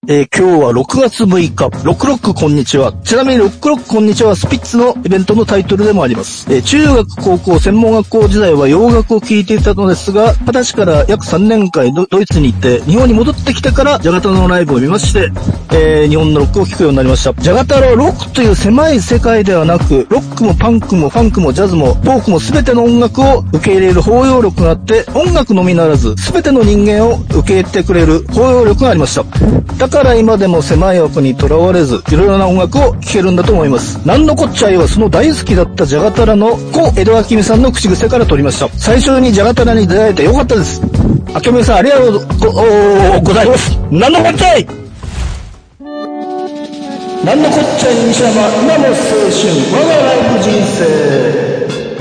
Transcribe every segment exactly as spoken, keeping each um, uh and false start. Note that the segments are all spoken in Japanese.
えー、今日はろくがつむいか、ろくろくこんにちは。ちなみにろくろくこんにちはスピッツのイベントのタイトルでもあります。えー、中学、高校、専門学校時代は洋楽を聴いていたのですが、はたちから約さんねんかんドイツに行って、日本に戻ってきてからジャガタのライブを見まして、えー、日本のロックを聴くようになりました。ジャガタはロックという狭い世界ではなく、ロックもパンクもファンクもジャズもフォークも全ての音楽を受け入れる包容力があって、音楽のみならず全ての人間を受け入れてくれる包容力がありました。だから今でも狭い枠にとらわれず、いろいろな音楽を聴けるんだと思います。なんのこっちゃいはその大好きだったジャガタラの故江戸明美さんの口癖から取りました。最初にジャガタラに出会えてよかったです。明美さんありがとう ご, ございます。なんのこっちゃいなんのこっちゃい西山、今も青春、我がライブ人生。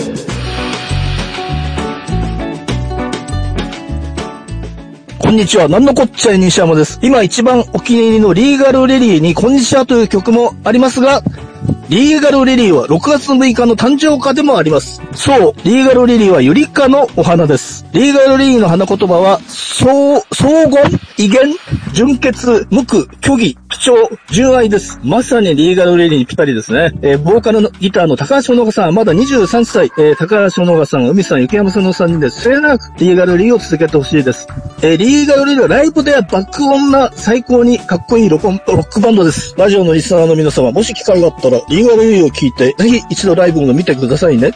こんにちは、なんのこっちゃい西山です。今一番お気に入りのリーガルレリーにこんにちはという曲もありますが、リーガルレリーはろくがつむいかの誕生花でもあります。そう、リーガルレリーはユリ科のお花です。リーガルレリーの花言葉は、総、総言、威厳、純潔、無垢、虚偽、貴重、純愛です。まさにリーガルレリーにぴったりですね。えー、ボーカルのギターの高橋小野さんはまだにじゅうさんさい、えー、高橋小野さん、海さん、雪山さんのさんにんで末永くリーガルレリーを続けてほしいです。えー、リーガルレリーはライブでは爆音な最高にかっこいいロックバンドです。ラジオのリスナーの皆様、もし機会があったら、リーガルレリーを聞いて、ぜひ一度ライブを見てくださいね。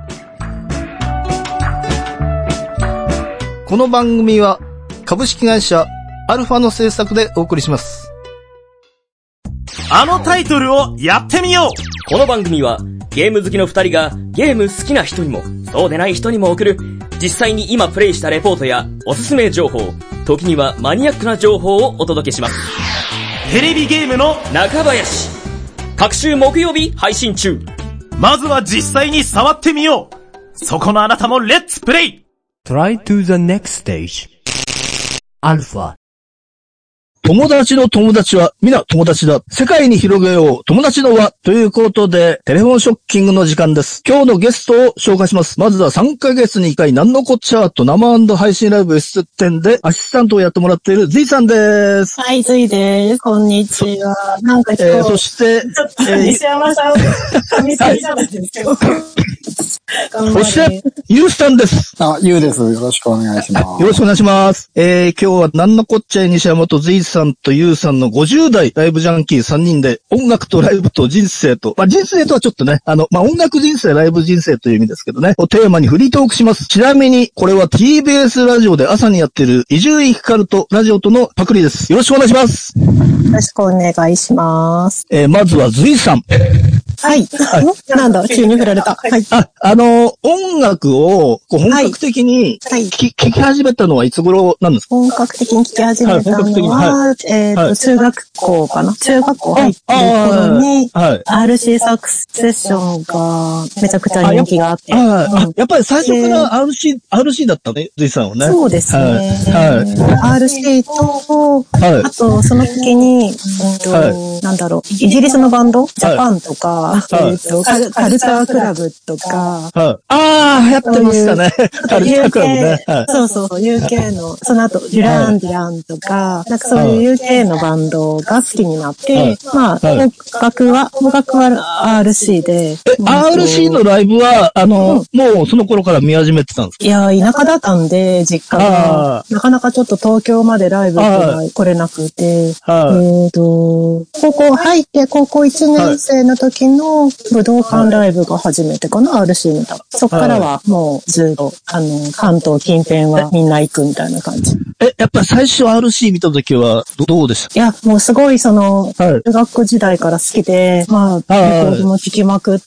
この番組は株式会社アルファの制作でお送りします。 あのタイトルをやってみよう。 この番組はゲーム好きの二人がゲーム好きな人にもそうでない人にも送る実際に今プレイしたレポートやおすすめ情報、時にはマニアックな情報をお届けします。 テレビゲームの中林、各週木曜日配信中。 まずは実際に触ってみよう。そこのあなたもレッツプレイ。 Try to the next stage. アルファ。 友達の友達は皆友達だ。世界に広げよう友達の輪ということで、テレフォンショッキングの時間です。今日のゲストを紹介します。まずはさんかげつにいっかいなんのこっちゃーと生&配信ライブ出展でアシスタントをやってもらっているズイさんです。 はい、ズイです。こんにちは。なんか今日、 えー、そして、 ちょっと西山さん、噛みすぎじゃないですけど。 そして、ゆうさんです。 あ、ゆうです。よろしくお願いします。 よろしくお願いします。えー、今日はなんのこっちゃい西山とズイさんとゆうさんのごじゅうだいライブジャンキーさんにんで音楽とライブと人生と、まあ、人生とはちょっとね、あの、まあ、音楽人生、ライブ人生という意味ですけどね、をテーマにフリートークします。ちなみに、これは ティービーエス ラジオで朝にやってる伊集院光とラジオとのパクリです。よろしくお願いします。 よろしくお願いします。 えー、まずはズイさん。 はい。はい、なんだ、急に振られた。はい。 あ、あの、音楽をこう本格的に聴、はい、ききき始めたのはいつ頃なんですか？ 本格的に聴き始めたのは、はい、えっ、ー、と、はい、中学校かな？中学校入ってる頃に、はい、アールシー サクセッションがめちゃくちゃ人気があって。 あや, うん、やっぱり最初から アールシー、アールシー だったね、ズイさんはね。 そうですね。はいはい、アールシー と、はい、あと、その時に、うんとはい、なんだろう、イギリスのバンド、ジャパンとか、はいえっと、カルタークラブとか、 はい、ああ、流行ってましたね。カルタークラブね。 はい、そうそう、ユーケー の、その後、デュランディアンとか、なんかそういう ユーケー のバンドが好きになって、はい、まあ、はい、音楽は、音楽は アールシー で。 え、アールシー のライブは、あの、うん、もうその頃から見始めてたんですか？ いや、田舎だったんで、実家が。なかなかちょっと東京までライブが来れなくて、えっと、高校入って、高校いちねん生の時の武道館ライブが初めてかな、アールシー 見た。そっからはもうずっと、あの、関東近辺はみんな行くみたいな感じ。 え、やっぱり最初 アールシー 見た時はどうでした？ いや、もうすごいその、中学時代から好きで、まあ、レコードも聴きまくって、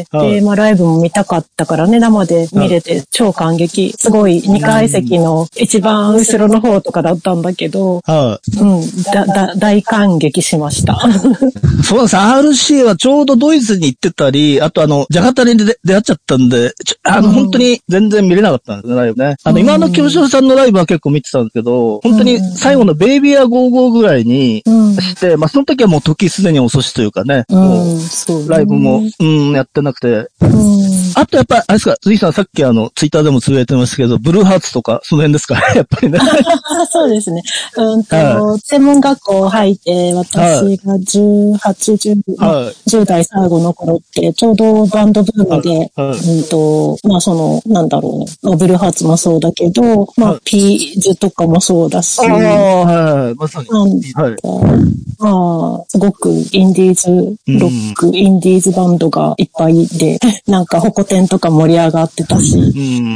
で、まあライブも見たかったからね、生で見れて超感激。すごいにかい席の一番後ろの方とかだったんだけど、うん、だ、だ、大感激しました。 そうなんです。アールシー はちょうどドイツに行ってたり、あとあの、ジャカタに出会っちゃったんで、あの、うん、本当に全然見れなかったんですね、ライブね。あの、今の清志郎さんのライブは結構見てたんですけど、本当に最後のベイビーアゴーゴーぐらいにして、うん、まあその時はもう時すでに遅しというかね、うん、もう、ライブも、うん、やってなくて、うん、アあとやっぱ、あれですか、辻さんさっきあの、ツイッターでもつぶやいてましたけど、ブルーハーツとか、その辺ですかやっぱりね。 そうですね。うんと、はい、専門学校入って、私がじゅうはち、じゅう、はい、じゅう代最後の頃って、ちょうどバンドブームで、はいはい、うんと、まあその、なんだろうね、まあ、ブルーハーツもそうだけど、まあ、はい、ピーズとかもそうだし、 ああ、はい、まさに。 なんか、はい、まあ、すごくインディーズ、ロック、インディーズバンドがいっぱいで、なんか、ホコ天とか盛り上がってたし、うん、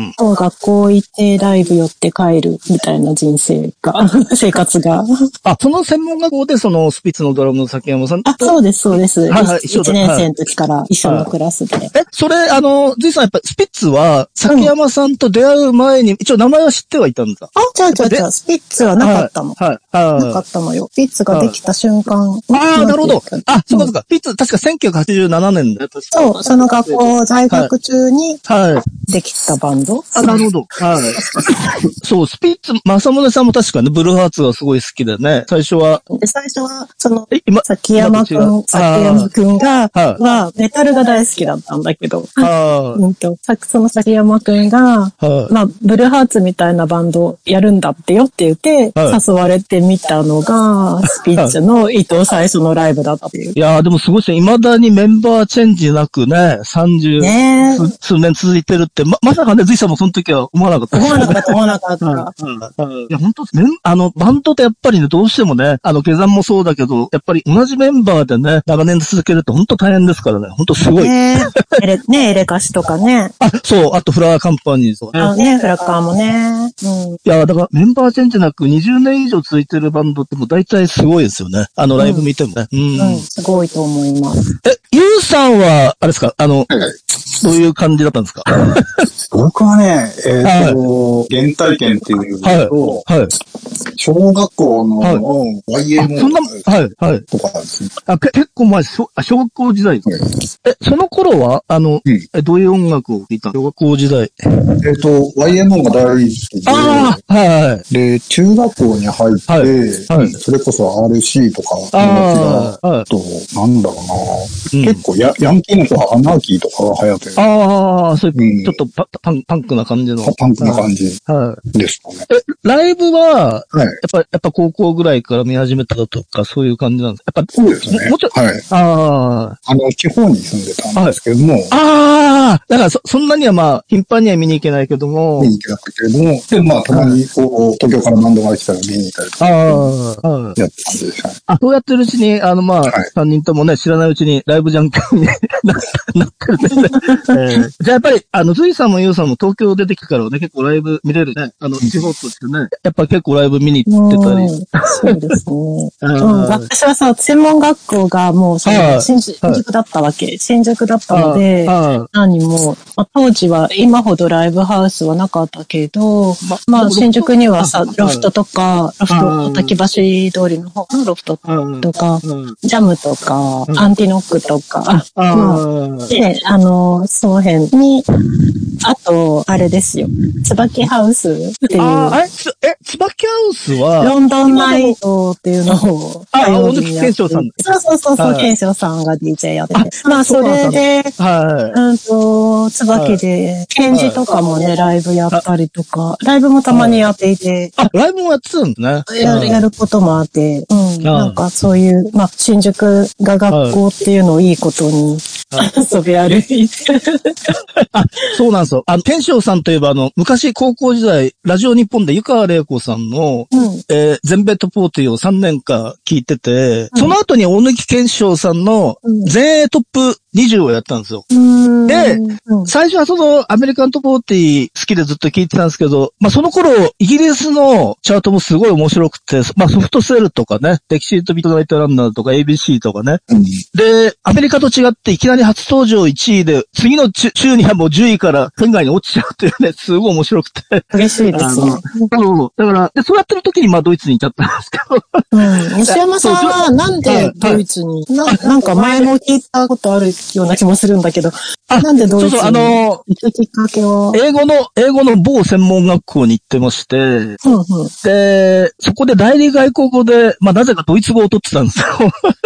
学校行ってライブ寄って帰るみたいな人生が、生活が。 あ、その専門学校でそのスピッツのドラムの崎山さんと。 あ、そうです、そうです。はいはい、いちねん生の時から一緒のクラスで。はい、 え、それ、あの、ずいさんやっぱスピッツは、崎山さんと出会う前に、一応名前は知ってはいたんだ。 あ、じゃあじゃあじゃあ、スピッツはなかったの。はい。はい、なかったのよ。スピッツができた瞬間。 ああ、なるほど。あ、そうかそうか。スピッツ、確かせんきゅうひゃくはちじゅうななねんだよ。 そう、その学校在学中に、はい。できたバンド。 あ、なるほど。はい。そう、スピッツ、正宗さんも確かね、ブルーハーツがすごい好きでね、最初は。 で、最初は、その、崎山くん、崎山くんが、は、メタルが大好きだったんだけど、うんと、その崎山くんが、まあ、ブルーハーツみたいなバンドやるんだってよって言って、誘われてみたのが、スピッツの伊藤最初のライブだったっていう。 いやー、でもすごいですね。未だにメンバーチェンジなくね、さんじゅう数年続いてるって、ま、まさかね、ずいさんもその時は思わなかった。 思わなかった、思わなかった。 いや、本当メン、あの、バンドってやっぱりね、どうしてもね、あの、下山もそうだけど、やっぱり同じメンバーでね、長年続けるって本当大変ですからね、本当すごい。 ねエレ、ねエレカシとかね。 あ、そう、あとフラワーカンパニーとかね。あ、ねフラカーもね。うん。 いや、だからメンバーチェンジなくにじゅうねん以上続いてるバンドってもう大体すごいですよね。あの、ライブ見てもね。 うん。うん、うん、すごいと思います。 え、ゆうさんは、あれですか、あの、どういう感じだったんですか僕はね、えっ、ー、と、原体験っていうのと、はいはい、小学校の ワイエムオーそんな、はい、はい。 とかですね。 あ、け結構前、小学校時代です、はい、え、その頃は、あの、うん、え、どういう音楽を聴いたの小学校時代。 えっ、ー、と、ワイエムオー が大好きで、 ああ、はいはい。 で、中学校に入って、はいはい、それこそ アールシー とか、ああ、と、なんだろうな、うん、結構ヤ、ヤンキーの子はアナーキーとかが流行ってる。 ああ、そういう、ちょっとパ、パン、パンクな感じの。 パンクな感じ。はい。ですかね。 え、ライブは、はい。やっぱ、やっぱ高校ぐらいから見始めたとか、そういう感じなんですかやっぱ、 そうですね。もうちょっと、はい。ああ。あの、地方に住んでたんですけども。 ああ、だからそ、そんなにはまあ、頻繁には見に行けないけども。 見に行けなかったけれども、でもまあ、たまに、こう、東京からバンドが来たら見に行ったりとか。ああ。やってたんです。はい。 あ、そうやってるうちに、あのまあ、はい、さんにんともね、知らないうちにライブジャンキーになってるんですね。えー、じゃあやっぱり、あの、ズイさんもユウさんも東京出てきてからね、結構ライブ見れるね。あの、地方としてね、やっぱ結構ライブ見に行ってたり。 そうですね。うん、私はさ、専門学校がもうその新宿、新宿だったわけ。新宿だったので、何も、まあ、当時は今ほどライブハウスはなかったけど、ま、まあ、新宿にはさ、ロフトとか、ロフト、滝橋通りの方のロフトとか、ジャムとか、アンティノックとか、まあ、で、あの、その辺に、あと、あれですよ。椿ハウスっていう。 ああ、え、つ、え、椿ハウスは、 ロンドンナイトっていうのを、 あ、大貫健翔さん。 そうそうそうそう、健翔さんが ディージェー やってて。まあ、それで、はい。うんと、椿で、ケンジとかもね、ライブやったりとか、ライブもたまにやっていて。 あ、ライブもやってたんですね。 やる、やることもあって、うん。なんかそういう、まあ、新宿が学校っていうのをいいことに、遊び歩いて。 あ、そうなんですよ。あの、健翔さんといえば、あの、昔高校時代、ラジオ日本で湯川玲子さんの、うん、えー、全ベッドポーティーをさんねんかん聞いてて、うん、その後に大貫健翔さんの全英トップにじゅうをやったんですよ。で、うん、最初はそのアメリカントポーティー好きでずっと聞いてたんですけど、まあその頃、イギリスのチャートもすごい面白くて、まあソフトセルとかね、デキシートビットナイトランナーとか エービーシー とかね。うん、で、アメリカと違っていきなり初登場いちいで、次の週にはもうじゅういから県外に落ちちゃうっていうね、すごい面白くて。 嬉しいですね。 そう。だから、で、そうやってる時にまあドイツに行っちゃったんですけど。 うん。西山さんはなんでドイツに、な、なんか前も聞いたことあるような気もするんだけど、なんでドイツに行くきっかけは英語の、英語の某専門学校に行ってまして、うんうん、で、そこで代理外国語で、まあなぜかドイツ語を取ってたんですよ。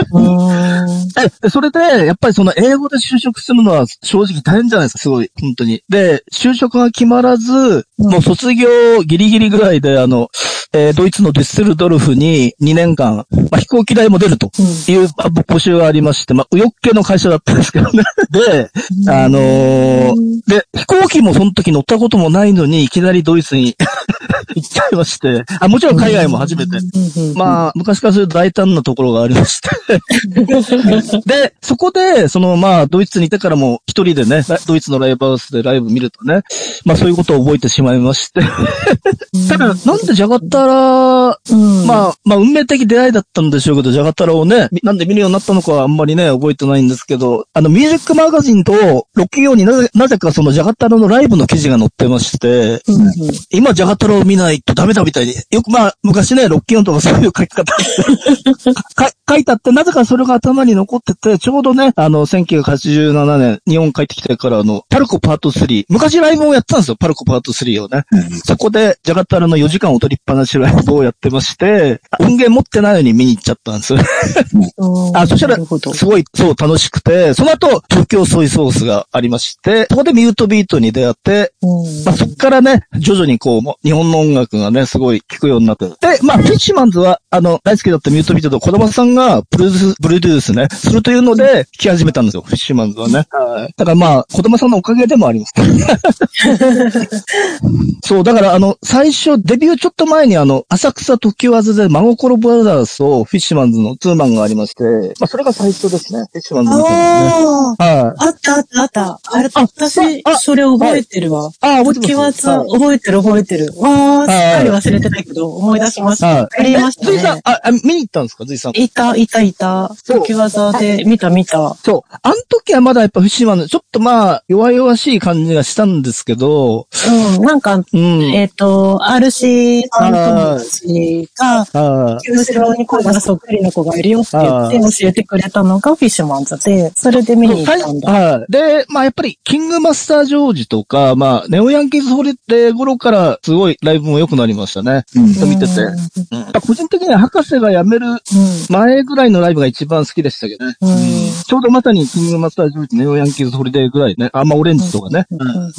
え、それで、やっぱりその英語で就職するのは正直大変じゃないですか、すごい、本当に。で、就職が決まらず、もう卒業ギリギリぐらいで、あの、えー、ドイツのデュッセルドルフににねんかん、まあ、飛行機代も出るという、まあ、募集がありまして、まあ、右翼系の会社だったんですけどね。で、あのー、で、飛行機もその時乗ったこともないのに、いきなりドイツに行っちゃいまして、あ、もちろん海外も初めて。まあ、昔からそういう大胆なところがありまして。で、そこで、その、まあ、ドイツにいてからも一人でね、ドイツのライブハウスでライブ見るとね、まあそういうことを覚えてしまいまして。ただ、なんでジャガタラ、うん、まあ、まあ運命的出会いだったんでしょうけど、ジャガタラをね、なんで見るようになったのかはあんまりね、覚えてないんですけど、あの、ミュージックマガジンとロッキー用になぜ、なぜかそのジャガタラのライブの記事が載ってまして、うん、今ジャガタラを見ないとダメだみたいに、よくまあ、昔ね、ロッキー用とかそういう書き方書いてあって、なぜかそれが頭に残ってて、ちょうどね、あの、せんきゅうひゃくはちじゅうななねん、日本帰ってきてからの、パルコパートスリー。昔ライブをやってたんですよ、パルコパートスリーをね。うん、そこで、ジャガタラのよじかん踊りっぱなしライブをやってまして、音源持ってないのに見に行っちゃったんですよ。あ、そしたら、すごい、そう、楽しくて、その後、東京ソイソースがありまして、そこでミュートビートに出会って、まあ、そっからね、徐々にこう、日本の音楽がね、すごい聴くようになって。で、まあ、フィッシュマンズは、あの、大好きだったミュートビートと小玉さんが、プロデュース、プロデュースね、するというので、聴き始めたんですよ、フィッシュマンズはね。はい。だからまあ、小玉さんのおかげでもあります。そう、だからあの、最初、デビューちょっと前にあの、浅草時わずで真心ブラザーズとフィッシュマンズのツーマンがありまして、まあ、それが最初ですね、フィッシュマンズの、ね。 ああ、はい。あったあったあった。あれ、私、それ覚えてるわ。ああ、覚えてます。時わず、覚えてる覚えてる。わあ、すっかり忘れてたけど、思い出しました。やりましたね。 ズイさん、あ、見に行ったんですか、ズイさん。 いた、いた、いた。時わざで、見た、見た。 そう。あの時はまだやっぱフィッシュマンズ、ちょっとまあ、弱々しい感じがしたんですけど。 うん、なんか、うん、えっ、ー、と、アールシー さん友達が、後ろに声がそっくりの子がいるよって言って教えてくれたのがフィッシュマンズで、それで見に行ったんだ。 はい。で、まあやっぱり、キングマスタージョージとか、まあ、ネオヤンキーズホリデー頃からすごいライブも良くなりましたね。うん。見てて。うん、個人的には博士が辞める前ぐらいのライブが一番好きでしたけどね。うん、ちょうどまさにキングマスタージョージ、ネオヤンキーズホリデーぐらいね。あんまオレンジとかね。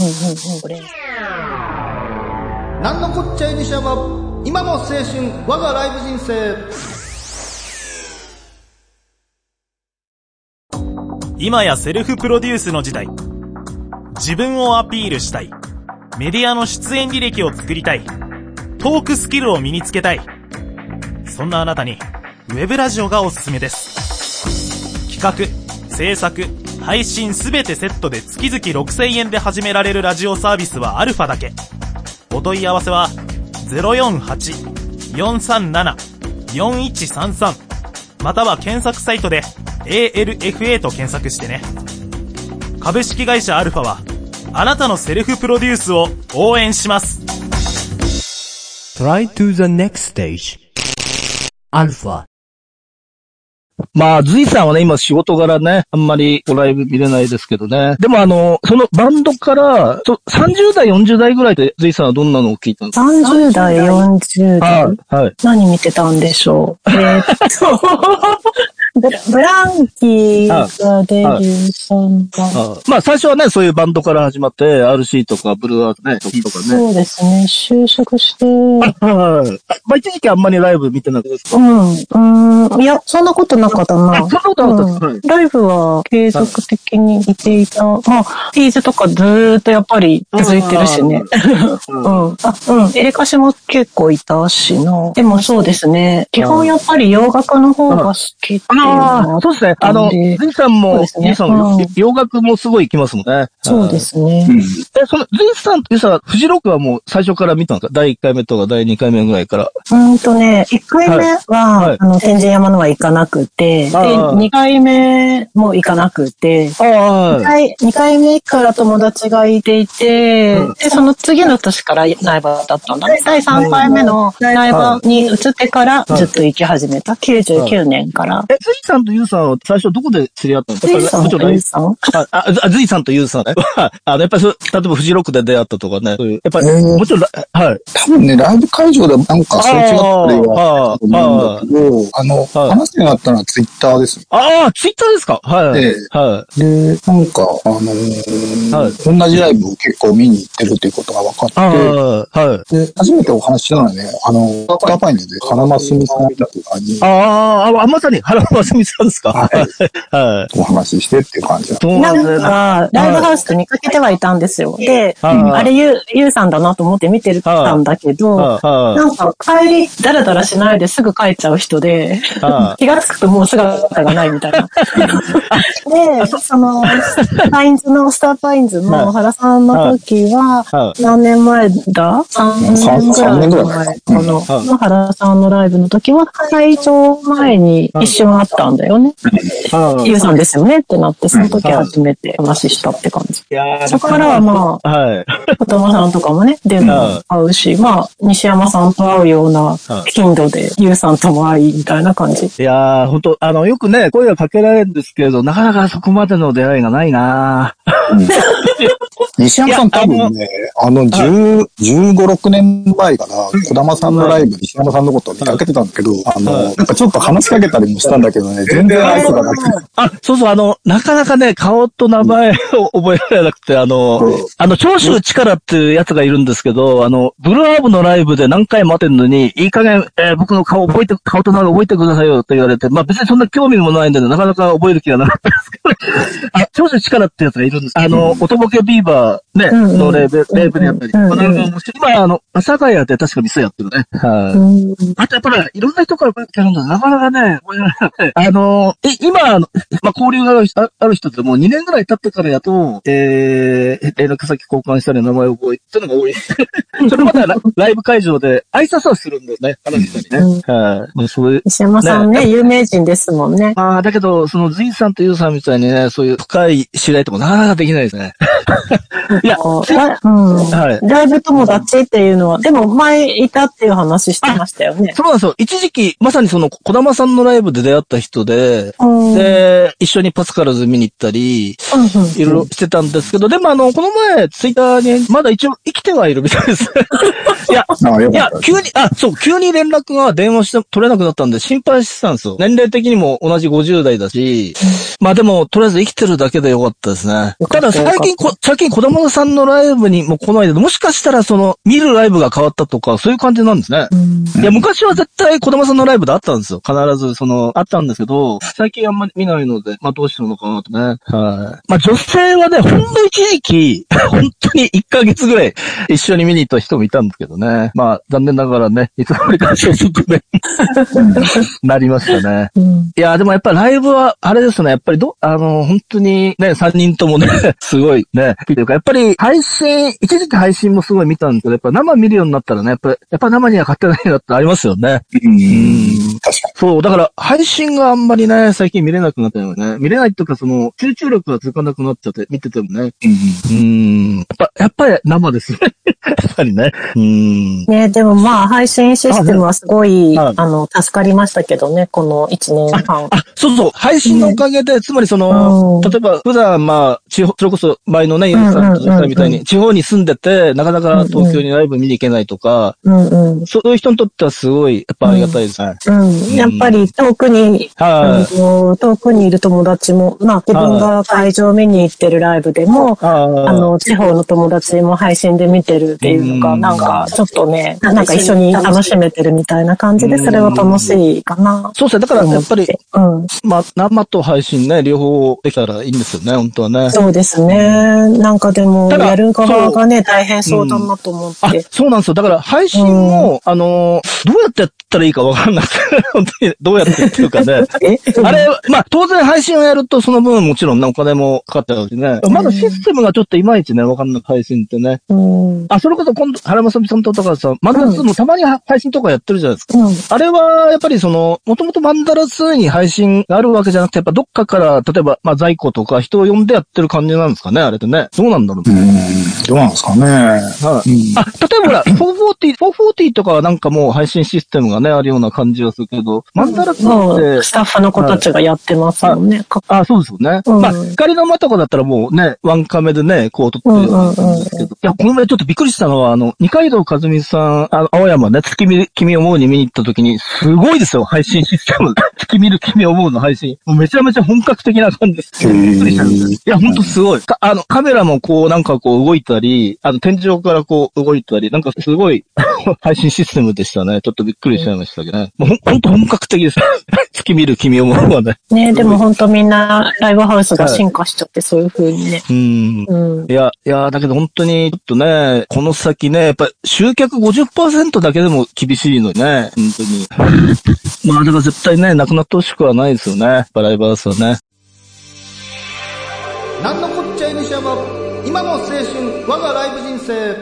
なんのこっちゃいにしゃば、今の青春、我がライブ人生。 今やセルフプロデュースの時代。自分をアピールしたい。メディアの出演履歴を作りたい。トークスキルを身につけたい。そんなあなたにウェブラジオがおすすめです。企画、制作、配信すべてセットで月々ろくせんえんで始められるラジオサービスはアルファだけ。お問い合わせは ゼロよんはち よんさんなな よんいちさんさん または検索サイトで エーエルエフエー と検索してね。株式会社アルファはあなたのセルフプロデュースを応援します。 Try to the next stage. アルファ。 まあ、ズイさんはね、今仕事柄ね、あんまりライブ見れないですけどね。でもあの、そのバンドから、さんじゅうだい、よんじゅうだいぐらいでズイさんはどんなのを聞いたんですか？ さんじゅう 代、よんじゅう代。はい。はい、何見てたんでしょう。えー、っと、ブランキーがデビューしたんだ。 まあ、最初はね、そういうバンドから始まって、アールシー とかブルーアーツね、とかね。 そうですね、就職して。 あ、はい。まあ、一時期あんまりライブ見てなくてですか？ うん。うん。いや、そんなことなかったな。 そんなことなかったです、うん、 ライブは継続的にいていた。まあ、ティーズとかずーっとやっぱり続いてるしね。うん。あ、うん。エレカシも結構いたしな。でもそうですね。基本やっぱり洋楽の方が好きっていうのは。そうですね。あの、ズイさんも、ズイさんも、洋楽もすごい行きますもんね。 そうですね。 うん、え、その、ズイさんってさ、フジロックはもう最初から見たんですか？だいいっかいめとかだいにかいめぐらいから。 うんとね、いっかいめは、はい、あの、天神山のは行かなくて、で、にかいめも行かなくて、にかい、にかいめから友達がいていて、うん、で、その次の年からライバーだったんだね。だいさんかいめのライバーに移ってからずっと行き始めた。きゅうじゅうきゅうねんから。 え、ズイさんとユウさんは最初どこで知り合ったんですか？ ズイさんとユウさんあ、あ、ズイさんとユウさんね。あの、やっぱりそう、例えばフジロックで出会ったとかね。そういう、やっぱり、えー、もちろん、はい。 多分ね、ライブ会場でなんかすれ違ったりは、ああの、あの、話があったのはツイッターです。 ああ、ツイッターですか？はい。 で、はい。で、なんか、あのー、はい、同じライブを結構見に行ってるっていうことが分かって、はい。で、初めてお話ししたのはね、あの、スターパインで原真澄さんみたいな感じ。 ああ、あ、まさに原真澄さんですか？はい。はい。 お話ししてっていう感じなんか、ライブハウスと見かけてはいたんですよ。で、あれ、ゆう、ゆうさんだなと思って見てたんだけど、なんか、帰り、だらだらしないですぐ帰っちゃう人で、気がつくともう姿がないみたいな。で、その、パインズの、スターパインズの原さんの時は、何年前だ ?さん 年ぐらい前かな。の原さんのライブの時は、会場前に一瞬あったんだよね。ゆうさんですよねってなって、その時初めて話したって感じ。そこからはまあ、はい。子供さんとかもね、でも会うし、まあ、西山さんと会うような頻度で、ゆうさんとも会い、みたいな感じ。 いやー、ほんと、あの、よくね、声はかけられるんですけれど、なかなかそこまでの出会いがないなぁ。 西山さん多分ね、あの、じゅう、じゅうご、ろくねんまえから、小玉さんのライブ、西山さんのことを見かけてたんだけど、あの、なんかちょっと話しかけたりもしたんだけどね、全然愛想がなくて。 あ、そうそう、あの、なかなかね、顔と名前を覚えられなくて、あの、あの、長州力っていうやつがいるんですけど、あの、ブルーアーブのライブで何回も待ってんのに、いい加減、えー、僕の顔覚えて、顔と名前覚えてくださいよって言われて、まあ別にそんな興味もないんで、なかなか覚える気がなかったですけど、あ、長州力ってやつがいるんです。あの、おとぼけビーバー、ね、のレーベル、レーベルやったり、まあなんか面白い。今、あの、阿佐ヶ谷って確か店やってるね。はい。あとやっぱり、いろんな人から声かけるんだ。なかなかね、あの、え、今、まあ交流がある人ってもうにねんぐらい経ってからやと、えー、連絡先交換したり名前を覚えてるのが多い。それまたライブ会場で挨拶はするんですね、話したりね。はい。もうそういう。 石山さんね、有名人ですもんね。 ああ、だけど、そのズイさんとユウさんみたいにね、そういう深い知り合いとかなかなかできないですね。 いや、うん、はい。ライブ友達っていうのは、でも前いたっていう話してましたよね。 そうなんですよ。一時期、まさにその、小玉さんのライブで出会った人で、で、一緒にパスカルズ見に行ったり、いろいろしてたんですけど、でもあの、この前、ツイッターに、まだ一応生きてはいるみたいです。いや、いや、急に、あ、そう、急に連絡が電話して取れなくなったんで心配してたんですよ。年齢的にも同じごじゅう代だし、まあでも、とりあえず生きてるだけでよかったですね。ただ最近こ、最近小玉さんのライブにも来ないで、もしかしたらその、見るライブが変わったとか、そういう感じなんですね。いや、昔は絶対小玉さんのライブであったんですよ。必ず、その、あったんですけど、最近あんまり見ないので、まあどうしてるのかなとね。はい。まあ女性はね、ほんの一時期、本当にいっかげつぐらい一緒に見に行った人もいたんですけどね。まあ残念ながらね、いつの間にかちょっとね、なりましたね。いや、でもやっぱライブは、あれですね、やっぱりど、あの、本当にね、さんにんともね、すごいね、っていうか、やっぱり配信、一時期配信もすごい見たんですけど、やっぱ生見るようになったらね、やっぱ、やっぱ生には勝てないなってありますよね。 うん。確かに。 そう、だから配信があんまりね、最近見れなくなったよね。見れないっていうか、その、集中力が続かなくなっちゃって、見ててもね。うん。うん。やっぱ、やっぱり生ですね。やっぱりね。うん。 ね、でもまあ、配信システムはすごい、あ, あの、助かりましたけどね、このいちねんはん。 あ、あそうそう、配信のおかげで、うん、つまりその、うん、例えば、普段まあ、地方、それこそ前のね、ユーさんと言ったみたいに、地方に住んでて、なかなか東京にライブ見に行けないとか、うんうん、そういう人にとってはすごい、やっぱありがたいですね。 うん。うん、やっぱり遠くに、はい、遠くにいる友達も、まあ、自分が会場見に行ってるライブでも、あの、地方の友達も配信で見てるっていうのが、なんか、ちょっとね、なんか一緒に楽しめてるみたいな感じで、それは楽しいかな。 そうですね。だからやっぱり、うん、まあ、生と配信ね、両方できたらいいんですよね、本当はね。 そうですね。なんかでも、やる側がね、大変そうだなと思って。 うん、あ、そうなんですよ。だから配信も、うん、あの、どうやってやったらいいかわかんなくて、本当にどうやってっていうかね。えあれ、まあ、当然配信をやるとその分もちろんね、お金もかかっちゃうしね。まだシステムがちょっといまいちね、わかんない配信ってね。うん、あ、それこそ今度、原正美さんとかさ、マンダラツーもたまに配信とかやってるじゃないですか。うん、あれは、やっぱりその、もともとマンダラツーに配信があるわけじゃなくて、やっぱどっかから、例えば、まあ在庫とか人を呼んでやってる感じなんですかね、あれってね。どうなんだろうね。 うん。 どうなんですかね。 はい。うん、あ、例えばほら、フォーフォーティー、フォーフォーティーとかはなんかもう配信システムがね、あるような感じはするけど、マンダラクって、 スタッフの子たちがやってますもんね。 あ、あ、そうですよね。うん、まあ、光の間とかだったらもうね、ワンカメでね、こう撮ってるんですけど。いや、この前ちょっとびっくりしたのは、あの、二階堂和美さん、あの、青山ね、月見る君を思うに見に行った時に、すごいですよ、配信システム。月見る君を思うの配信。もうめちゃめちゃ本格的な感じです。びっくりしたんです。いや、ほんとすごい。あの、カメラもこう、なんかこう動いたり、あの、天井からこう動いたり、なんかすごい配信システムでしたね。ちょっとびっくりしちゃいましたけどね。もうほん、ほんと本格的です。月見る君を思うはね。 ね、でもほんとみんなライブハウスが進化しちゃって、そういう風にね。 うん。うん。いや、いや、だけど本当に、ちょっとね、この先ね、やっぱ集客 ごじゅっパーセント だけでも厳しいのにね、本当に。まあ、だから絶対ね、なくなってほしくはないですよね。やっぱライブハウスはね。 なんのこっちゃい西山、今の青春、我がライブ人生。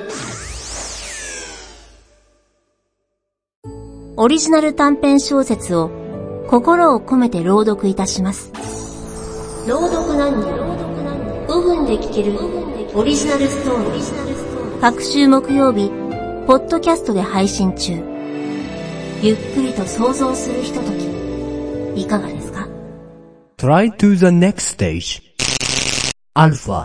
オリジナル短編小説を心を込めて朗読いたします。朗読何人ごふんで聞けるオリジナルストーリー。各週木曜日、ポッドキャストで配信中。ゆっくりと想像するひととき、いかがですか？ Try to the next stage. Alpha。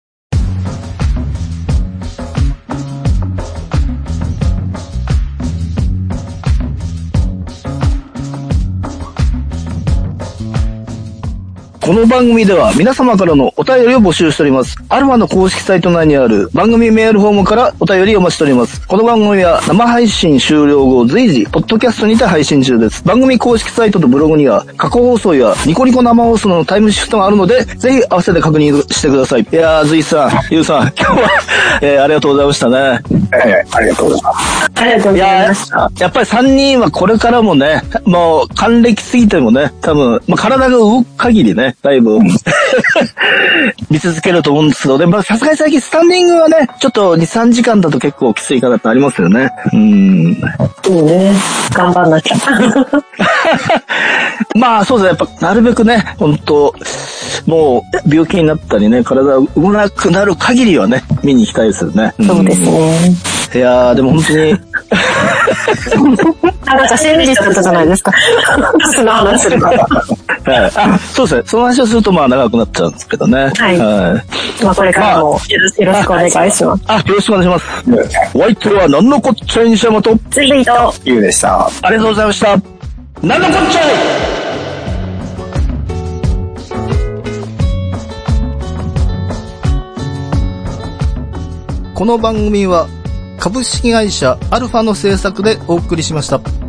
この番組では皆様からのお便りを募集しております。アルファの公式サイト内にある番組メールフォームからお便りをお待ちしております。この番組は生配信終了後随時、ポッドキャストにて配信中です。番組公式サイトとブログには過去放送やニコニコ生放送のタイムシフトがあるので、ぜひ合わせて確認してください。いやー、ズイさん、ユウさん、今日は、えー、ありがとうございましたね。 えー、ありがとうございます。 ありがとうございました。 や, やっぱりさんにんはこれからもね、もう還暦すぎてもね、多分、まあ、体が動く限りね、だいぶ、見続けると思うんですけど、でもさすがに最近スタンディングはね、ちょっとに、さんじかんだと結構きついかなってありますよね。うーん。 そうね。頑張んなきゃ。 まあそうですね。やっぱなるべくね、本当もう病気になったりね、体が動かなくなる限りはね、見に行きたいですよね。 そうですね。 いやー、でも本当に。 なんか心理師だったじゃないですか。その話するから。 はい。あ、そうですね。その話をするとまあ長くなっちゃうんですけどね。 はい。はい、まあこれからもよろしくお願いします。 あ、よろしくお願いします。お相手はなんのこっちゃい西山と、 ついと、 ゆうでした。 ありがとうございました。なんのこっちゃい。この番組は株式会社アルファの制作でお送りしました。